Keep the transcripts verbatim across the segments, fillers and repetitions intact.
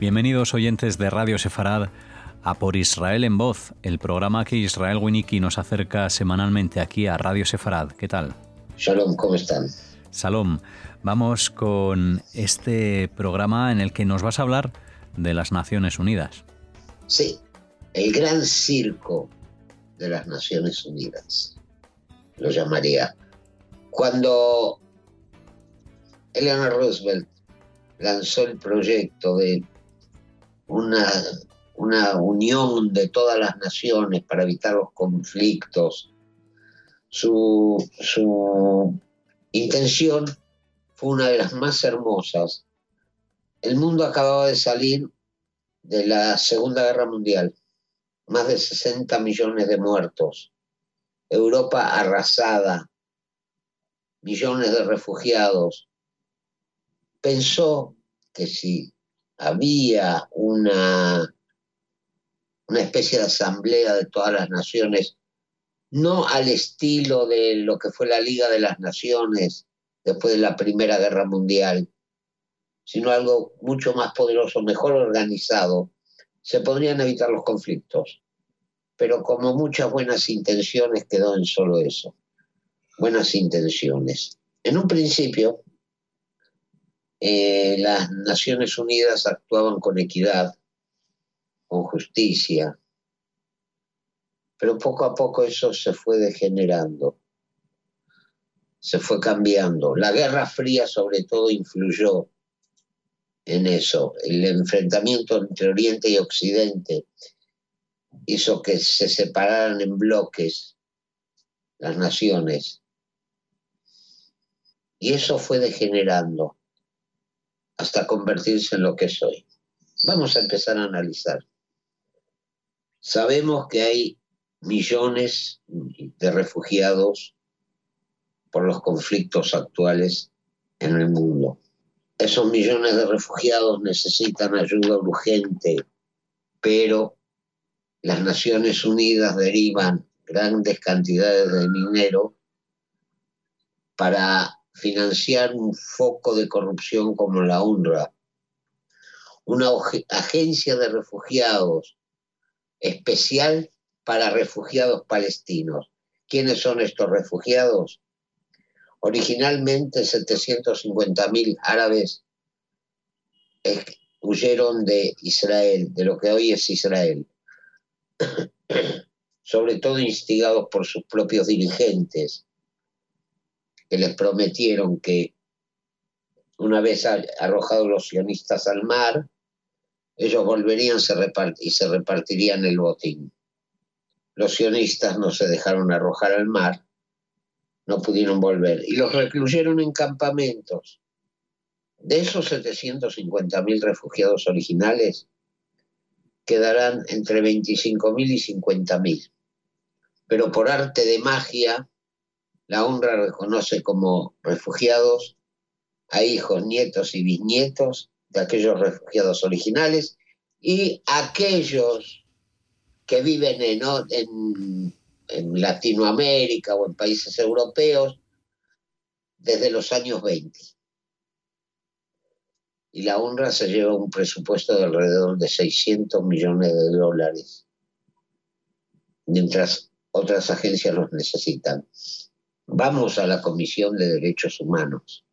Bienvenidos oyentes de Radio Sefarad a Por Israel en Voz, el programa que Israel Winnicki nos acerca semanalmente aquí a Radio Sefarad. ¿Qué tal? Shalom, ¿cómo están? Shalom. Vamos con este programa en el que nos vas a hablar de las Naciones Unidas. Sí, el gran circo de las Naciones Unidas, lo llamaría. Cuando Eleanor Roosevelt lanzó el proyecto de una, una unión de todas las naciones para evitar los conflictos, su, su intención fue una de las más hermosas. El mundo acababa de salir de la Segunda Guerra Mundial, más de sesenta millones de muertos, Europa arrasada, millones de refugiados. Pensó que si había una, una especie de asamblea de todas las naciones, no al estilo de lo que fue la Liga de las Naciones después de la Primera Guerra Mundial, sino algo mucho más poderoso, mejor organizado, se podrían evitar los conflictos. Pero como muchas buenas intenciones, quedó en solo eso. Buenas intenciones. En un principio, eh, las Naciones Unidas actuaban con equidad, con justicia, pero poco a poco eso se fue degenerando, se fue cambiando. La Guerra Fría sobre todo influyó en eso. El enfrentamiento entre Oriente y Occidente hizo que se separaran en bloques las naciones. Y eso fue degenerando hasta convertirse en lo que es hoy. Vamos a empezar a analizar. Sabemos que hay millones de refugiados por los conflictos actuales en el mundo. Esos millones de refugiados necesitan ayuda urgente, pero las Naciones Unidas derivan grandes cantidades de dinero para financiar un foco de corrupción como la UNRWA, una agencia de refugiados especial para refugiados palestinos. ¿Quiénes son estos refugiados? Originalmente setecientos cincuenta mil árabes huyeron de Israel, de lo que hoy es Israel, sobre todo instigados por sus propios dirigentes, que les prometieron que una vez arrojados los sionistas al mar, ellos volverían se repart- y se repartirían el botín. Los sionistas no se dejaron arrojar al mar, no pudieron volver, y los recluyeron en campamentos. De esos setecientos cincuenta mil refugiados originales, quedarán entre veinticinco mil y cincuenta mil. Pero por arte de magia, la UNRWA reconoce como refugiados a hijos, nietos y bisnietos de aquellos refugiados originales y aquellos que viven en, en, en Latinoamérica o en países europeos desde los años veinte. Y la UNRWA se lleva un presupuesto de alrededor de seiscientos millones de dólares, mientras otras agencias los necesitan. Vamos a la Comisión de Derechos Humanos.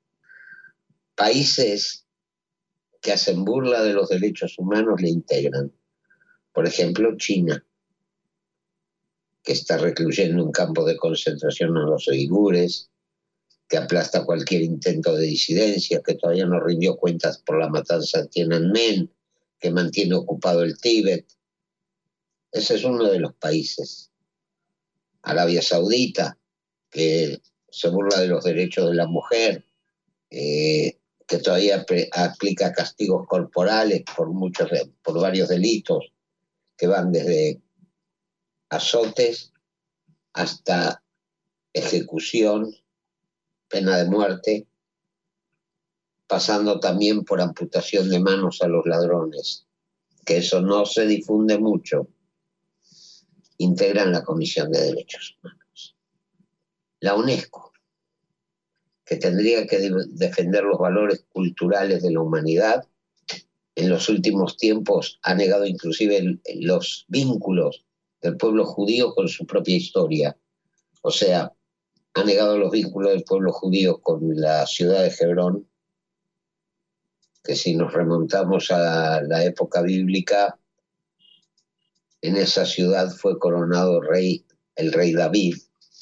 Países que hacen burla de los derechos humanos le integran. Por ejemplo, China, que está recluyendo en campos de concentración a los uigures, que aplasta cualquier intento de disidencia, que todavía no rindió cuentas por la matanza de Tiananmen, que mantiene ocupado el Tíbet. Ese es uno de los países. Arabia Saudita, que se burla de los derechos de la mujer, eh, que todavía pre- aplica castigos corporales por, muchos, por varios delitos, que van desde azotes hasta ejecución, pena de muerte, pasando también por amputación de manos a los ladrones, que eso no se difunde mucho. Integran la Comisión de Derechos Humanos. La UNESCO, que tendría que de- defender los valores culturales de la humanidad, en los últimos tiempos ha negado inclusive el, los vínculos del pueblo judío con su propia historia. O sea, ha negado los vínculos del pueblo judío con la ciudad de Hebrón, que si nos remontamos a la época bíblica, en esa ciudad fue coronado rey, el rey David.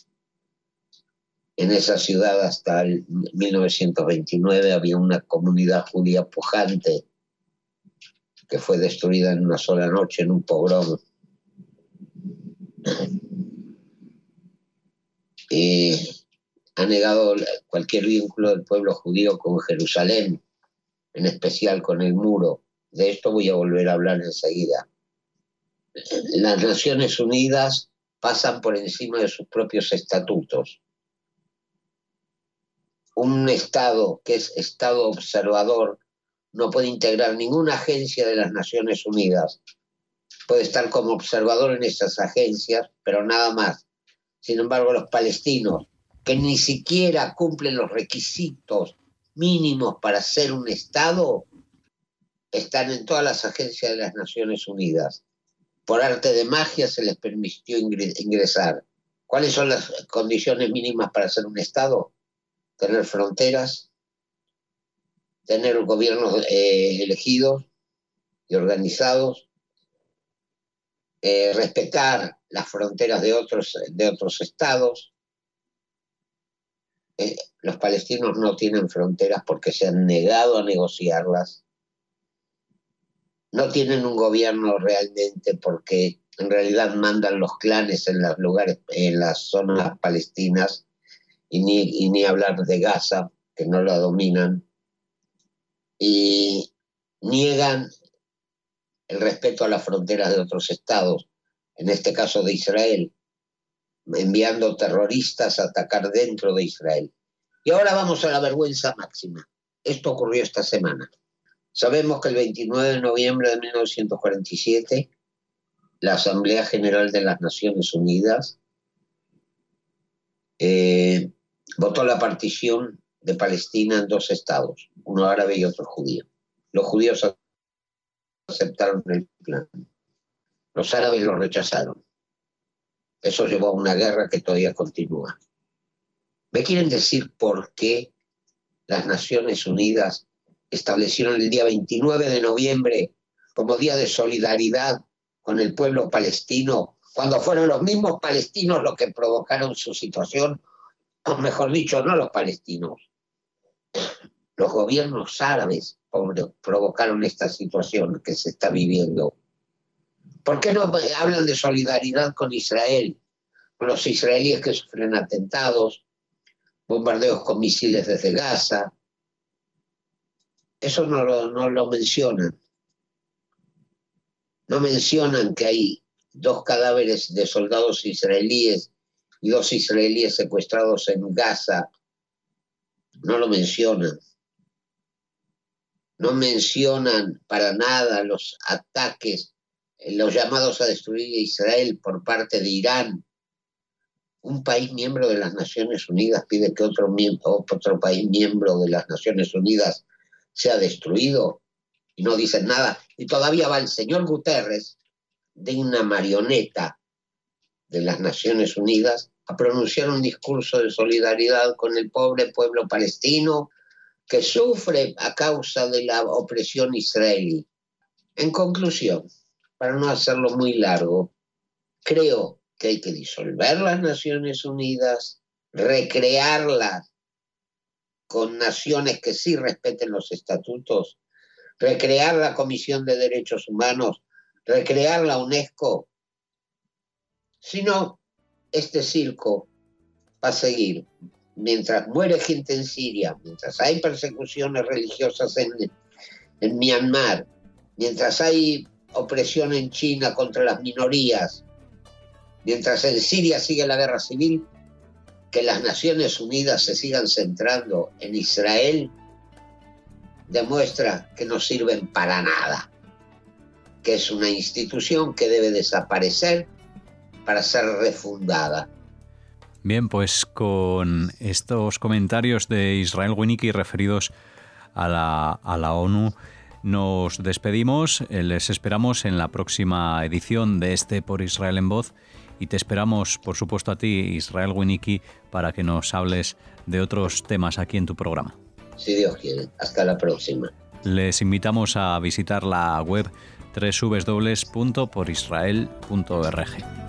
En esa ciudad hasta el mil novecientos veintinueve había una comunidad judía pujante que fue destruida en una sola noche en un pogrom. Y ha negado cualquier vínculo del pueblo judío con Jerusalén, en especial con el muro. De esto voy a volver a hablar enseguida. Las Naciones Unidas pasan por encima de sus propios estatutos. Un Estado que es Estado observador no puede integrar ninguna agencia de las Naciones Unidas. Puede estar como observador en esas agencias, pero nada más. Sin embargo, los palestinos, que ni siquiera cumplen los requisitos mínimos para ser un Estado, están en todas las agencias de las Naciones Unidas. Por arte de magia se les permitió ingresar. ¿Cuáles son las condiciones mínimas para ser un Estado? Tener fronteras, tener gobiernos eh, elegidos y organizados, eh, respetar las fronteras de otros, de otros estados. Eh, los palestinos no tienen fronteras porque se han negado a negociarlas. No tienen un gobierno realmente porque en realidad mandan los clanes en los lugares, en las zonas palestinas, y ni, y ni hablar de Gaza, que no la dominan, y niegan el respeto a las fronteras de otros estados, en este caso de Israel, enviando terroristas a atacar dentro de Israel. Y ahora vamos a la vergüenza máxima. Esto ocurrió esta semana. Sabemos que el veintinueve de noviembre de mil novecientos cuarenta y siete, la Asamblea General de las Naciones Unidas eh, votó la partición de Palestina en dos estados, uno árabe y otro judío. Los judíos aceptaron el plan. Los árabes lo rechazaron. Eso llevó a una guerra que todavía continúa. ¿Me quieren decir por qué las Naciones Unidas establecieron el día veintinueve de noviembre como día de solidaridad con el pueblo palestino, cuando fueron los mismos palestinos los que provocaron su situación? O mejor dicho, no los palestinos, los gobiernos árabes provocaron esta situación que se está viviendo. ¿Por qué no hablan de solidaridad con Israel, con los israelíes que sufren atentados, bombardeos con misiles desde Gaza? Eso no lo, no lo mencionan. No mencionan que hay dos cadáveres de soldados israelíes y dos israelíes secuestrados en Gaza. No lo mencionan. No mencionan para nada los ataques, los llamados a destruir a Israel por parte de Irán. Un país miembro de las Naciones Unidas pide que otro, otro país miembro de las Naciones Unidas sea destruido y no dicen nada. Y todavía va el señor Guterres, de una marioneta de las Naciones Unidas, a pronunciar un discurso de solidaridad con el pobre pueblo palestino que sufre a causa de la opresión israelí. En conclusión, para no hacerlo muy largo, creo que hay que disolver las Naciones Unidas, recrearlas con naciones que sí respeten los estatutos, recrear la Comisión de Derechos Humanos, recrear la UNESCO. Si no, este circo va a seguir. Mientras muere gente en Siria, mientras hay persecuciones religiosas en, en Myanmar, mientras hay opresión en China contra las minorías, mientras en Siria sigue la guerra civil, que las Naciones Unidas se sigan centrando en Israel demuestra que no sirven para nada, que es una institución que debe desaparecer para ser refundada. Bien, pues con estos comentarios de Israel Winnicki referidos a la, a la ONU, Nos despedimos, les esperamos en la próxima edición de este Por Israel en Voz y te esperamos, por supuesto, a ti, Israel Winicky, para que nos hables de otros temas aquí en tu programa. Si Dios quiere. Hasta la próxima. Les invitamos a visitar la web doble u doble u doble u punto por israel punto org.